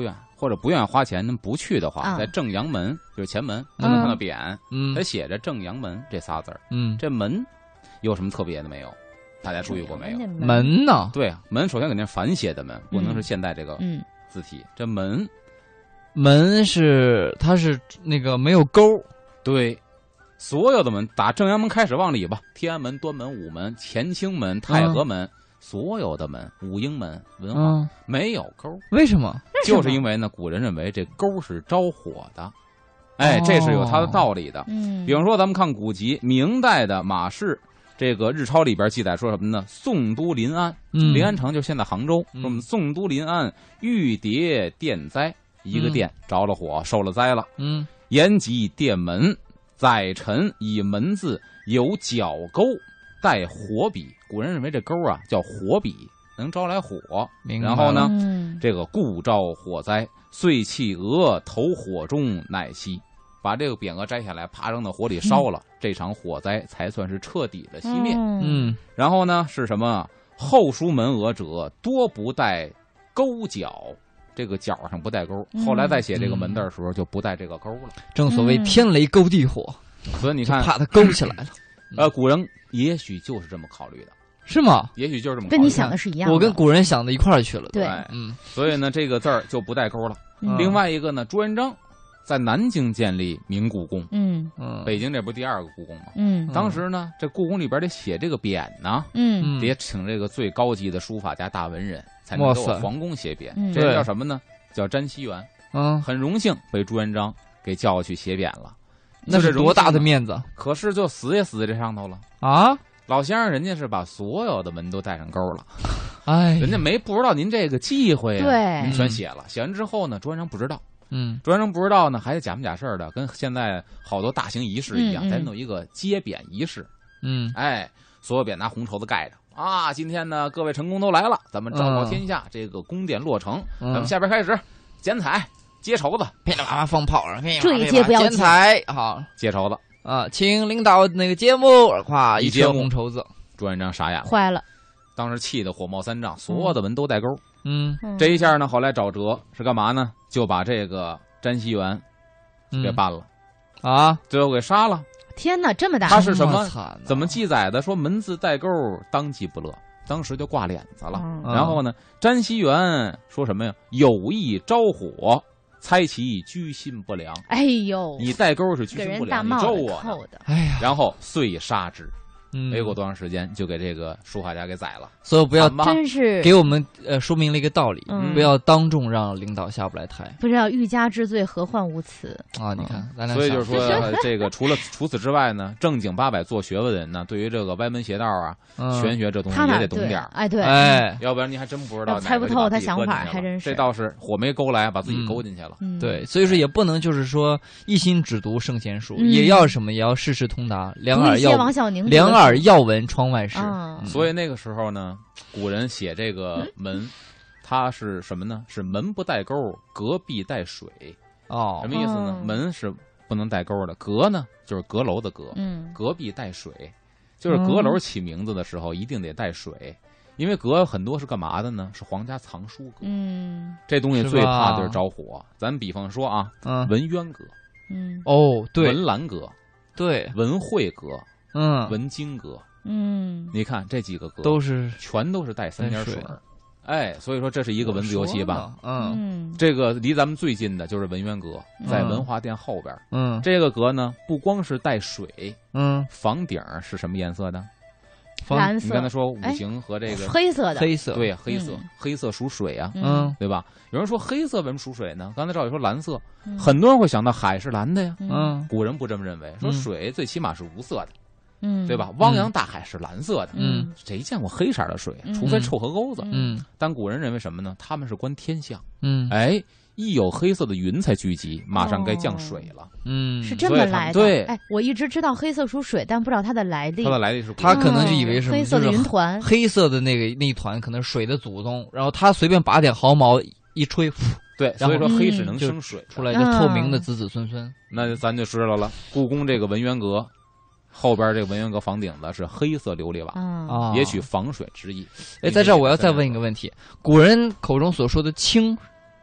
或者不愿意花钱，您不去的话， 啊在正阳门就是前门不能看到匾， 嗯它写着正阳门这仨字儿。 嗯， 这门有什么特别的没有？大家注意过没有？ 门呢？ 对啊，门首先肯定是反写的门，不能是现代这个嗯字体。这门门是它是那个没有钩， 对。所有的门，打正阳门开始往里吧，天安门、端门、午门、乾清门、太和门，嗯、所有的门，武英门、文化、嗯、没有钩， 为什么？ 就是因为呢，古人认为这钩是招火的，哎，这是有它的道理的。 嗯， 比方说咱们看古籍，明代的马氏这个日钞里边记载说什么呢？宋都临安， 嗯、 临安城就是现在杭州， 嗯、 说我们宋都临安玉蝶电灾，一个殿着了火，受了灾了， 嗯， 延吉殿门。载臣以门字有角钩，带火笔。古人认为这钩啊叫火笔，能招来火。然后呢， 嗯、 这个故招火灾，遂弃鹅投火中，乃熄。把这个匾额摘下来，啪扔到火里烧了，嗯、这场火灾才算是彻底的熄灭。 嗯， 然后呢是什么？后书门额者多不带钩角。这个角上不带钩，后来再写这个门字的时候就不带这个钩了。 正所谓天雷勾地火， 所以你看， 怕它勾起来了。 呃，古人也许就是这么考虑的， 是吗？ 也许就是这么考虑的， 跟你想的是一样的。 我跟古人想的一块儿去了。 对， 嗯，所以呢，这个字儿就不带钩了。 嗯、 另外一个呢，朱元璋在南京建立明故宫， 嗯嗯， 北京这不是第二个故宫吗？ 嗯， 当时呢，这故宫里边得写这个匾呢， 嗯， 得请这个最高级的书法家大文人才能给我皇宫写匾， 嗯、 这个叫什么呢？叫詹希元， 嗯， 很荣幸被朱元璋给叫去写匾了， 那是多大的面子！ 可是就死也死在这上头了啊！ 老先生人家是把所有的门都带上钩了， 哎， 人家没不知道您这个忌讳啊， 对， 您全写了，写完之后呢，朱元璋不知道， 嗯， 朱元璋不知道呢，还得假模假式的，跟现在好多大型仪式一样， 嗯嗯、 咱有一个揭匾仪式， 嗯， 哎，所有匾拿红绸子盖着。啊，今天呢，各位臣工都来了，咱们昭告天下，嗯、这个宫殿落成， 嗯、 咱们下边开始剪彩、接绸子， 噼里啪啦放炮啊， 这一届不要剪彩，好， 接绸子啊，请领导那个节目，咵一接红绸子， 朱元璋傻眼了， 坏了， 当时气得火冒三丈，所有的门都带钩， 嗯， 这一下呢，后来找辙是干嘛呢？就把这个詹希元给办了， 嗯、啊， 最后给杀了。 天哪，这么大！ 他是什么？怎么记载的？说门字带钩，当即不乐，当时就挂脸子了。 嗯、 然后呢，詹希元说什么呀？有意招火，猜其居心不良。 哎呦， 你带钩是居心不良，你咒我的。 哎呀， 然后遂杀之。 嗯， 没过多长时间，就给这个书法家给宰了。 所以不要真是给我们呃说明了一个道理， 嗯、 不要当众让领导下不来台。 不知道欲加之罪，何患无辞啊！你看， 嗯、所以就是说，这个除了除此之外呢，正经八百做学问的人呢，对于这个歪门邪道啊、 嗯、 玄学这东西也得懂点儿。 哎，对， 哎， 要不然你还真不知道猜不透他想法，还真是。 这倒是火没勾来，把自己勾进去了。 嗯、 对，所以说也不能就是说一心只读圣贤书， 嗯、 也要什么，也要事事通达，两耳要王小宁， 两耳要闻窗外事。 嗯、 所以那个时候呢，古人写这个门，它是什么呢？是门不带钩，阁必带水。 哦， 什么意思呢？ 嗯、 门是不能带钩的，阁呢就是阁楼的阁， 嗯， 阁必带水，就是阁楼起名字的时候一定得带水，嗯、因为阁很多是干嘛的呢？是皇家藏书阁。 嗯， 这东西最怕就是着火。咱比方说啊， 嗯， 文渊阁， 嗯， 哦，对， 文澜阁， 对， 文惠阁， 嗯， 文经阁。 嗯， 你看这几个阁都是全都是带三点水，哎，所以说这是一个文字游戏吧？ 嗯， 这个离咱们最近的就是文渊阁，在文华殿后边。 嗯， 这个阁呢，不光是带水， 嗯， 房顶是什么颜色的？ 蓝色。 你刚才说五行和这个黑色的， 黑色， 对，黑色， 嗯、 黑色属水啊， 嗯， 对吧？有人说黑色为什么属水呢？刚才赵宇说蓝色，嗯、很多人会想到海是蓝的呀， 嗯， 古人不这么认为，说水最起码是无色的。 嗯， 对吧？汪洋大海是蓝色的， 嗯， 谁见过黑色的水？ 嗯、 除非臭河沟子。 嗯， 但古人认为什么呢？他们是观天象。 嗯， 哎，一有黑色的云彩聚集，马上该降水了。 嗯， 是这么来的。 对， 哎，我一直知道黑色属水，但不知道它的来历。 它的来历是， 他可能就以为是黑色的云团， 黑色的那个那一团可能是水的祖宗，然后他随便拔点毫毛一吹， 对，所以说黑是能生水， 出来就透明的子子孙孙。 那咱就知道了，故宫这个文渊阁。后边这个文渊阁房顶子是黑色琉璃瓦， 啊， 也取防水之意。 哎，在这儿我要再问一个问题：古人口中所说的清，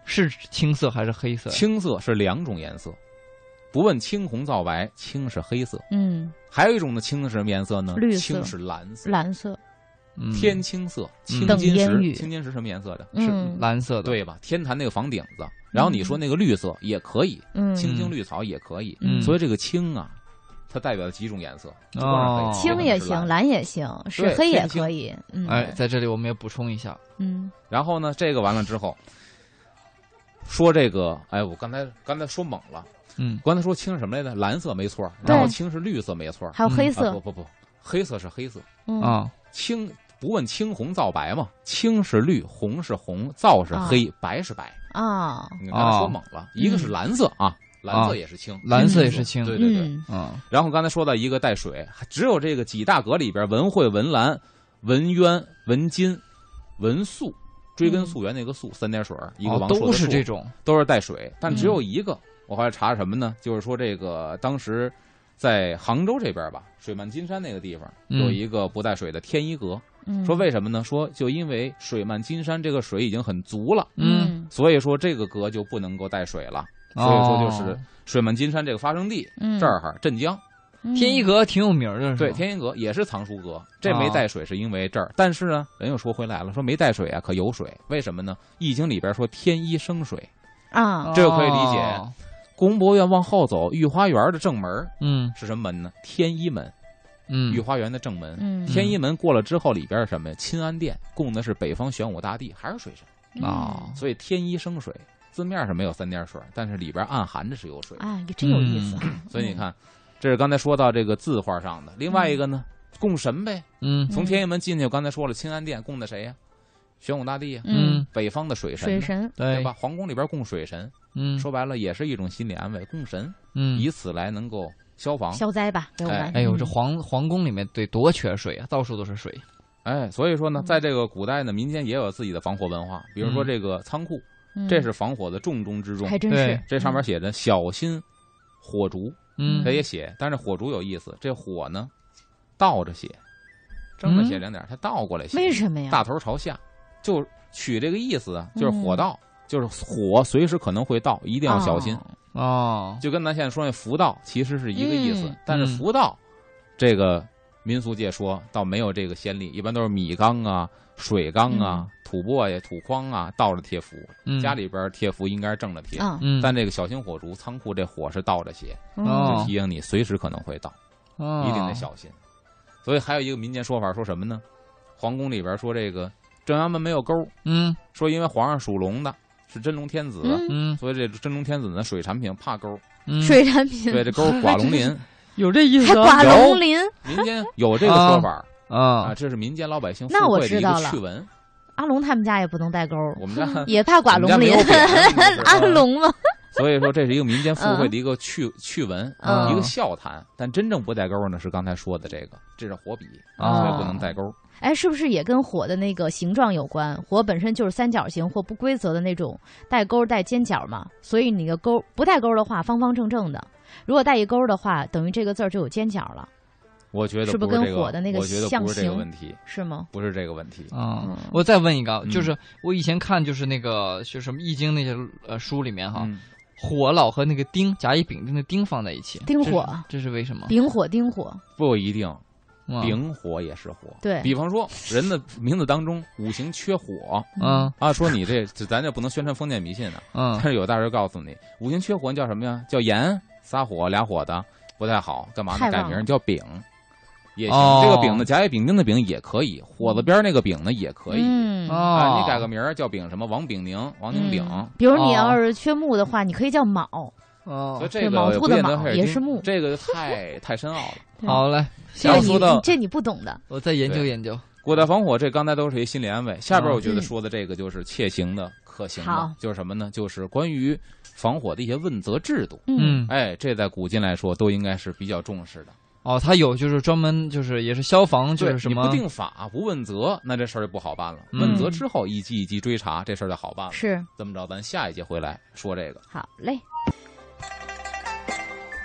是青色还是黑色？ 青色是两种颜色，不问青红皂白，青是黑色。 嗯， 还有一种的青是什么颜色呢？ 绿色青是蓝色。 蓝色。 嗯、 天青色，青等金石， 烟雨青金石什么颜色的？ 嗯是蓝色的， 对吧？天坛那个房顶子，然后你说那个绿色也可以， 嗯， 青青绿草也可以， 嗯所以这个青啊，它代表了几种颜色，不光是哦黑青也行，蓝也行，是对黑也天青可以。嗯， 哎，在这里我们也补充一下， 嗯然后呢，这个完了之后，说这个，哎，我刚才刚才说懵了， 嗯， 刚才说青是什么来着？蓝色没错， 对然后青是绿色没错，啊还有黑色不，不不，黑色是黑色， 嗯啊， 青不问青红皂白嘛，青是绿，红是红，皂是黑，白是白。 啊， 你刚才说懵了，一个是蓝色啊，蓝色也是青， 蓝色也是青， 对对对。 嗯嗯， 然后刚才说到一个带水，只有这个几大格里边，文慧、文澜、文渊、文金、文素，追根溯源那个溯，三点水，一个王朔的都是朔这种， 都是带水，但只有一个，我后来查什么呢？就是说这个当时在杭州这边吧，水漫金山那个地方有一个不带水的天一阁。 嗯， 说为什么呢？说就因为水漫金山这个水已经很足了， 嗯， 所以说这个阁就不能够带水了。 哦所以说就是水漫金山这个发生地嗯这儿哈，镇江。 嗯天一阁挺有名的，是吧对，天一阁也是藏书阁，这没带水是因为这儿。但是呢，人又说回来了，说没带水啊，可有水，为什么呢？易经里边说天一生水， 啊， 这个可以理解哦宫博院往后走，御花园的正门嗯是什么门呢？天一门， 嗯， 御花园的正门。 嗯天一门过了之后，里边是什么呀？钦安殿供的是北方玄武大帝，还是水神啊， 所以天一生水，字面上没有三点水，但是里边暗含着是有水。 啊，也真有意思。 所以你看，这是刚才说到这个字画上的。另外一个呢，供神呗。 嗯从天一门进去，我刚才说了，钦安殿供的谁呀？玄武大帝呀， 嗯， 北方的水神， 水神， 对吧？皇宫里边供水神， 嗯， 说白了也是一种心理安慰，供神， 嗯， 以此来能够消防。 消灾吧，给我们。 哎呦， 嗯这皇皇宫里面得多缺水啊，到处都是水。 哎，所以说呢， 嗯在这个古代呢，民间也有自己的防火文化，比如说这个仓库， 嗯这是防火的重中之重。 还真是对， 这上面写着小心火烛， 嗯这也写，但是火烛有意思，这火呢倒着写，正着写两点，它倒过来写， 为什么呀？ 大头朝下，就取这个意思啊，就是火道，就是火随时可能会到，一定要小心。 哦哦， 就跟咱现在说那福道其实是一个意思， 嗯但是福道这个民俗界说倒没有这个先例，一般都是米缸啊、水缸啊、土钵呀、土筐啊倒着贴符， 嗯家里边贴符应该是正着贴。 啊， 嗯， 但这个小心火烛仓库这火是倒着写， 嗯哦就提醒你随时可能会到， 哦一定得小心。所以还有一个民间说法，说什么呢？皇宫里边说这个正阳门没有沟， 嗯说因为皇上属龙的，是真龙天子， 嗯嗯所以这真龙天子呢水产品怕沟， 嗯， 水产品， 对这沟寡龙鳞。 有这意思还寡有龙鳞。 民间有这个说法啊， 啊， 这是民间老百姓那我附会的一知道了个趣闻。 阿龙他们家也不能带钩， 我们家也怕寡龙鳞我们家没有。匾阿龙吗？ 所以说这是一个民间附会的一个趣趣闻， 嗯一个笑谈。但真正不带钩呢，是刚才说的这个，这是火笔， 啊所以不能带钩。 哎，是不是也跟火的那个形状有关？火本身就是三角形或不规则的那种，带钩带尖角嘛，所以你的钩不带钩的话，方方正正的；如果带一钩的话，等于这个字儿就有尖角了， 我觉得是不是是这个跟火的那个我觉得象不是这个形问题， 是吗？ 不是这个问题。 啊嗯， 我再问一个， 嗯就是我以前看就是那个就什么《易经》那些呃书里面哈， 嗯火老和那个丁甲乙丙丁的丁放在一起， 丁火这是，这是为什么？ 丙火，丁火， 不一定， 嗯丙火也是火。 对比方说人的名字当中五行缺火嗯啊，说你这这咱这不能宣传封建迷信呢。 嗯但是有大人告诉你，五行缺火叫什么呀？叫炎，仨火俩火的不太好，干嘛呢？改太旺了名叫丙也行。 哦这个丙呢，甲乙丙丁的丙也可以，火字边那个丙呢也可以。 嗯哦啊，你改个名儿叫丙什么？王丙宁、王宁丙。 嗯比如你要哦是缺木的话，你可以叫卯。 哦所以，这对个卯兔的卯不见得是也是木这个太太深奥了。 好嘞， 这个你然后说到你这你不懂的， 我再研究对研究。 古代防火，这刚才都是一心理安慰。下边嗯我觉得嗯说的这个就是切行的、可行的好， 就是什么呢？就是关于防火的一些问责制度。 嗯， 哎，这在古今来说都应该是比较重视的。 哦，它有就是专门就是也是消防，就对是什么你不定法不问责，那这事儿就不好办了。 嗯问责之后一级一级追查，这事儿就好办了。 是这么着，咱下一节回来说这个。 好嘞。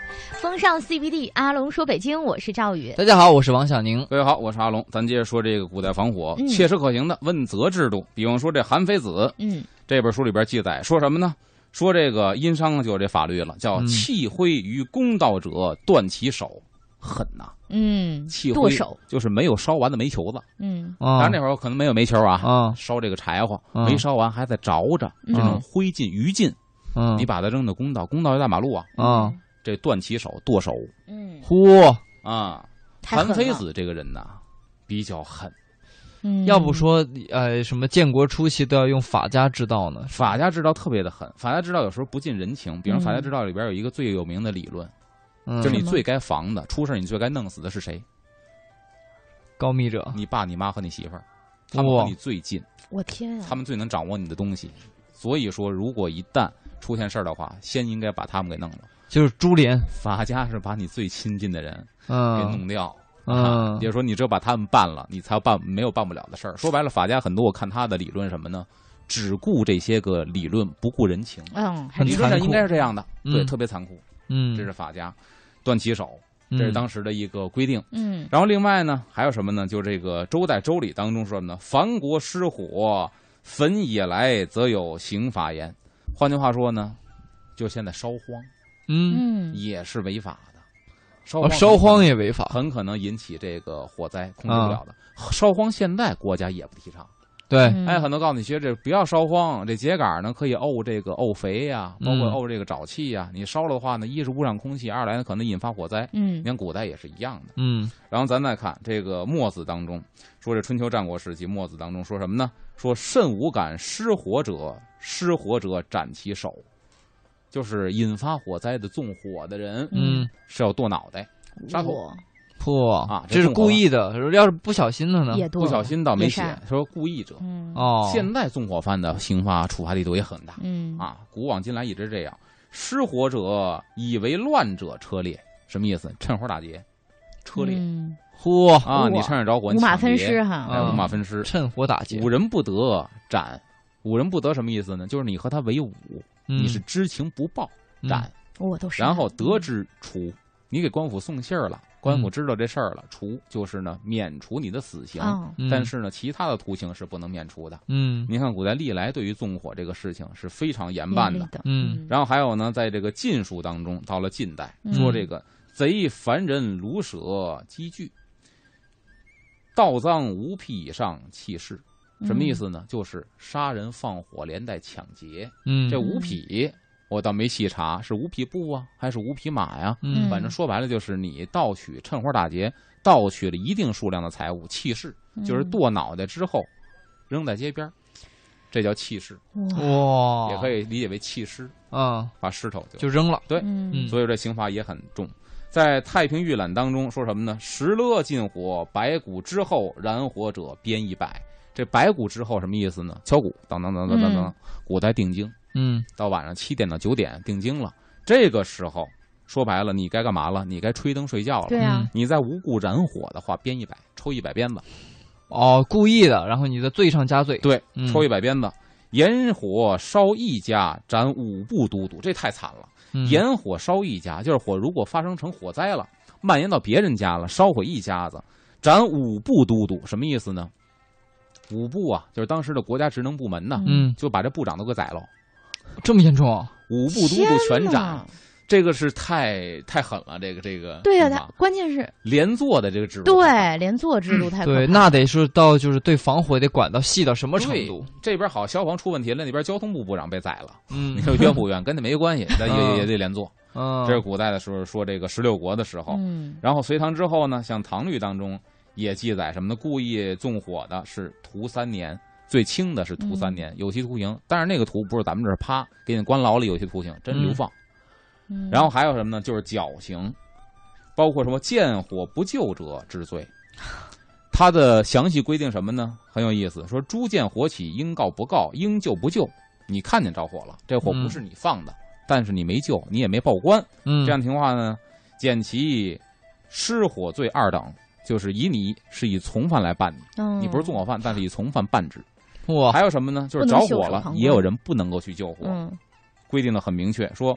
风尚 C B D， 阿龙说北京，我是赵宇。 大家好，我是王小宁。 各位好，我是阿龙。咱接着说这个古代防火、 嗯、 切实可行的问责制度。比方说这《韩非子》， 嗯， 这本书里边记载说什么呢？说这个殷商就有这法律了，叫嗯弃挥于公道者断其手，狠呐、啊！ 嗯， 弃挥剁手就是没有烧完的煤球子。 嗯， 当然那会儿可能没有煤球啊， 啊烧这个柴火、 啊、 没烧完还在着着， 嗯、 这种灰烬余烬， 嗯， 你把它扔到公道，公道就大马路啊， 啊、嗯， 这断其手，剁手。 嗯， 嚯啊！韩非子这个人呐，比较狠。 嗯， 要不说呃什么建国初期都要用法家之道呢？ 法家之道特别的狠，法家之道有时候不近人情。比如法家之道里边有一个最有名的理论， 嗯、 就是你最该防的，出事你最该弄死的是谁？ 告密者， 你爸、你妈和你媳妇儿，他们和你最近， 我天啊， 他们最能掌握你的东西。所以说，如果一旦出现事儿的话，先应该把他们给弄了。 就是株连， 法家是把你最亲近的人嗯给弄掉。 嗯， 也就是说，你只有把他们办了，你才办没有办不了的事儿。说白了，法家很多，我看他的理论什么呢？只顾这些个理论，不顾人情。 嗯， 很理论上应该是这样的， 嗯、 对，特别残酷。 嗯， 这是法家，断其手，这是当时的一个规定。 嗯， 然后另外呢，还有什么呢？就这个周代周礼当中说什么呢？凡国失火，焚野来，则有刑法言。换句话说呢，就现在烧荒， 嗯， 也是违法的。 烧荒、哦、烧荒也违法， 很可能引起这个火灾，控制不了的。啊、烧荒现在国家也不提倡。 对， 哎，很多告诉你学这不要烧荒，这秸秆呢可以沤这个沤肥呀、啊，包括沤这个沼气呀、啊。嗯、你烧了的话呢，一是污染空气，二来呢可能引发火灾。 嗯， 你看古代也是一样的。 嗯， 然后咱再看这个《墨子》当中说，这春秋战国时期，《墨子》当中说什么呢？说慎无敢失火者，失火者斩其手。就是引发火灾的纵火的人， 嗯， 是要剁脑袋、杀头。 破啊， 这是故意的。要是不小心的呢？ 不小心倒没写，说故意者。 嗯、 哦，现在纵火犯的刑罚处罚力度也很大。 嗯啊，古往今来一直这样。失火者以为乱者车裂，什么意思？趁火打劫，车裂。 嚯、 嗯、啊！你趁着着火， 五马分尸哈， 哎，五马分尸， 趁火打劫， 五人不得斩。五人不得什么意思呢？就是你和他为伍。 嗯、 你是知情不报斩， 我、嗯、都是， 然后得知除，你给官府送信儿了，官府知道这事儿了，除就是呢免除你的死刑， 嗯、 但是呢其他的徒刑是不能免除的。 嗯， 你看古代历来对于纵火这个事情是非常严办的。 嗯， 然后还有呢，在这个禁书当中，到了近代、 嗯、 说这个贼凡人卢舍积聚，盗赃无癖以上弃市。什么意思呢？就是杀人放火连带抢劫。 嗯， 这五匹我倒没细查，是五匹布啊，还是五匹马呀？ 嗯， 反正说白了就是你盗取，趁火打劫，盗取了一定数量的财物，弃市，就是剁脑袋之后扔在街边，这叫弃市。 哇， 也可以理解为弃尸啊， 把尸头就就扔了。 对， 嗯， 所以这刑罚也很重。在《太平御览》当中说什么呢？石勒禁火，白骨之后燃火者鞭一百。这白骨之后什么意思呢？敲鼓，当当当当当当，古代定经， 嗯， 到晚上七点到九点定经了。这个时候说白了，你该干嘛了？你该吹灯睡觉了。 对啊， 你在无故燃火的话，鞭一百，抽一百鞭子。 哦，故意的，然后你的罪上加罪。 对， 嗯、 抽一百鞭子。引火烧一家，斩五部都督，这太惨了。 嗯、 引火烧一家，就是火如果发生成火灾了，蔓延到别人家了，烧毁一家子，斩五部都督，什么意思呢？五部啊，就是当时的国家职能部门呢， 嗯， 就把这部长都给宰了， 这么严重啊！ 五部都督全斩，这个是太太狠了，这个这个。 对呀、啊，他关键是连坐的这个制度， 对连坐制度太可怕、 嗯、对，那得是到就是对防火得管到细到什么程度？ 这边好，消防出问题了，那边交通部部长被宰了， 嗯， 你说冤不冤？跟那没关系，但也也得连坐。 嗯， 这是古代的时候说这个十六国的时候， 嗯， 然后隋唐之后呢，像唐律当中也记载什么呢？故意纵火的是徒三年。最轻的是徒三年，有期徒刑。但是那个徒不是咱们这儿啪给你关牢里有期徒刑，真流放。 嗯、 然后还有什么呢？就是绞刑，包括什么见火不救者之罪。它的详细规定什么呢？很有意思，说诸见火起，应告不告，应救不救。你看见着火了，这火不是你放的，嗯、但是你没救，你也没报官。 嗯， 这样情况呢，减其失火罪二等，就是以你是以从犯来办你， 嗯、 你不是纵火犯，但是以从犯办之。 哇， 还有什么呢？就是着火了，也有人不能够去救火。 嗯， 规定的很明确，说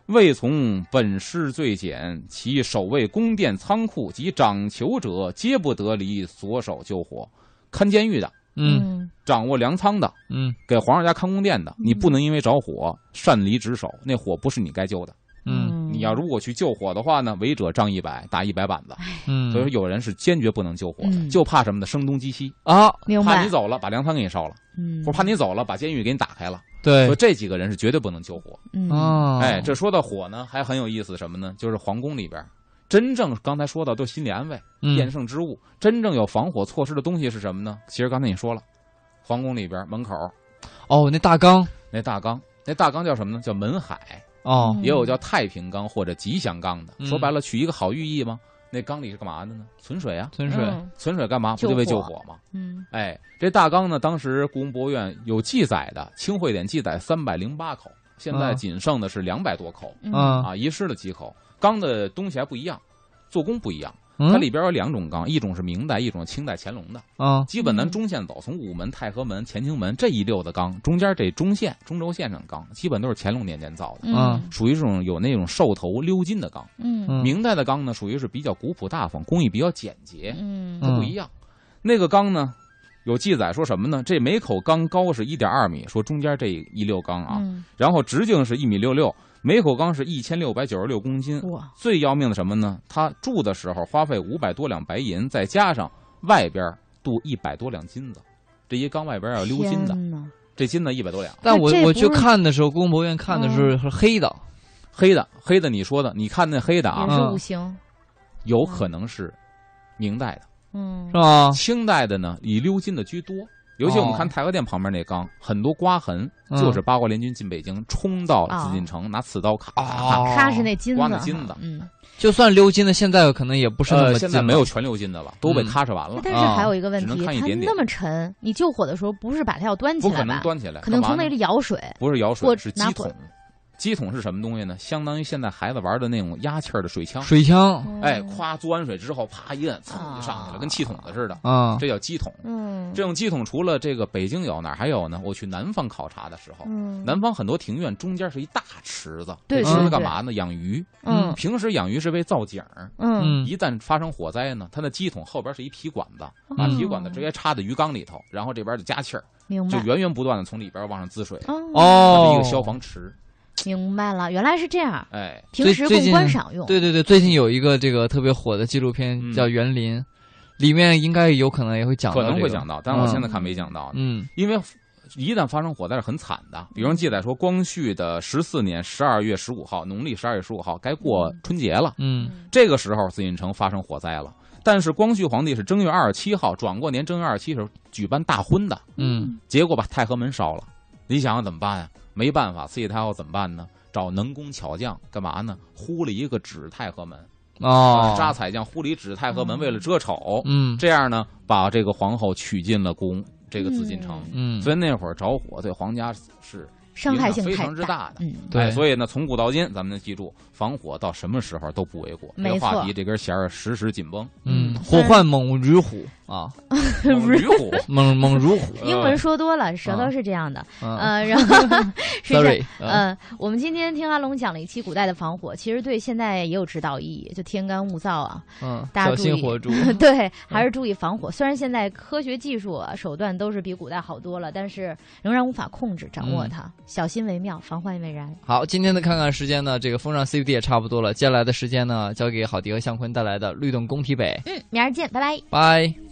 未从本师最简，其守卫宫殿仓库及掌囚者，皆不得离所守救火。看监狱的， 嗯掌握粮仓的， 嗯给皇上家看宫殿的，你不能因为着火擅离职守，那火不是你该救的。 嗯你要如果去救火的话呢，违者杖一百，打一百板子。 嗯， 所以说有人是坚决不能救火的， 嗯就怕什么呢？声东击西啊， 明白怕你。走了把粮仓给你烧了， 嗯， 或者怕你走了把监狱给你打开了。 对所以，这几个人是绝对不能救火。 嗯啊， 哎，这说到火呢，还很有意思什么呢？就是皇宫里边，真正刚才说到都是心理安慰、验嗯圣之物，真正有防火措施的东西是什么呢？其实刚才你说了，皇宫里边门口哦，那大缸那大缸，那大缸叫什么呢？叫门海， 哦嗯也有叫太平缸或者吉祥缸的。 嗯说白了，取一个好寓意吗？那缸里是干嘛的呢？存水啊， 存水， 嗯存水干嘛？不就为救火吗？ 嗯哎，这大缸呢，当时故宫博物院有记载的，清会典记载三百零八口，现在嗯仅剩的是两百多口、 嗯嗯啊，遗失了几口。缸的东西还不一样，做工不一样。 嗯它里边有两种缸，一种是明代，一种清代乾隆的。 啊基本咱嗯中线走，从午门、太和门、乾清门这一溜的缸，中间这中线、中轴线上的缸，基本都是乾隆年间造的， 嗯属于这种有那种兽头鎏金的缸。 嗯嗯明代的缸呢，属于是比较古朴大方，工艺比较简洁， 嗯它不一样。那个缸呢，有记载说什么呢？这每口缸高是一点二米，说中间这一溜缸啊， 嗯然后直径是一米六六，每口缸是一千六百九十六公斤。 哇最要命的什么呢？他铸的时候花费五百多两白银，再加上外边镀一百多两金子，这一缸外边要鎏金的， 天哪这金子一百多两， 但我那这我去不是看的时候，故宫博物院看的是是黑的黑的黑的，你说的，你看那黑的啊， 也是嗯五行。 有可能是明代的， 嗯是吧？ 清代的呢以鎏金的居多。尤其我们看太和殿旁边那缸，很多刮痕嗯就是八国联军进北京，冲到紫禁城，拿刺刀砍，咔咔咔哦咔是那金子， 刮那金子嗯。 就算鎏金的，现在可能也不是那么呃， 金了现在没有全鎏金的了，都被咔哧完了， 但是还有一个问只能题，它看一点点那么沉，你救火的时候不是把它要端起不可来吧？ 能端起来， 可能从那干嘛呢里舀水。 不是舀或水，是拿火机桶。机桶是什么东西呢？相当于现在孩子玩的那种压气儿的水枪。 水枪哎，咵做完水之后，啪一摁，噌就上去了， 啊跟气筒子似的。 啊， 这叫机桶。 嗯， 这种机桶除了这个北京有，哪儿还有呢？我去南方考察的时候， 嗯南方很多庭院中间是一大池子， 对这池对子干嘛呢？养鱼。 嗯平时养鱼是为造景儿， 嗯嗯一旦发生火灾呢，它的机桶后边是一皮管子，把嗯皮管子直接插在鱼缸里头，然后这边就加气儿， 明白就源源不断的从里边往上滋水。 哦， 它哦， 是一个消防池。 明白了，原来是这样。 哎， 平时供最近观赏用。 对对对，最近有一个这个特别火的纪录片嗯叫《园林》，里面应该有可能也会讲到可能这个会讲到，但是我现在看没讲到呢。 嗯因为一旦发生火灾是很惨的。比如记载说，光绪的十四年十二月十五号，农历十二月十五号，该过春节了。 嗯这个时候，紫禁城发生火灾了。但是光绪皇帝是正月二十七号转过年，正月二十七时候举办大婚的， 嗯结果把太和门烧了。你想想怎么办呀？没办法，慈禧太后怎么办呢？找能工巧匠干嘛呢？糊了一个纸太和门， 哦， 扎彩匠糊了一纸太和门，为了遮丑， 嗯这样呢，把这个皇后娶进了宫这个紫禁城。 嗯， 所以那会儿着火对皇家是伤害性非太常之大的。 嗯， 对哎，所以呢，从古到今，咱们记住，防火到什么时候都不为过。这没错个话题，这根弦儿时时紧绷。 嗯， 嗯火患猛如虎啊， 猛驴虎， 猛猛如虎。 英文说多了，舌头是这样的。 嗯呃，然后是这样。 ，sorry， 呃，我们今天听阿龙讲了一期古代的防火，其实对现在也有指导意义，就天干物燥啊， 嗯，小大家注意心火烛。 对，还是注意防火。虽然现在科学技术啊手段都是比古代好多了，但是仍然无法控制掌握它，小心为妙，防患为然。 好，今天的看看时间呢，这个风尚 C B D 也差不多了，接下来的时间呢，交给郝迪和向坤带来的律动工体北， 嗯，明儿见，拜拜。 拜。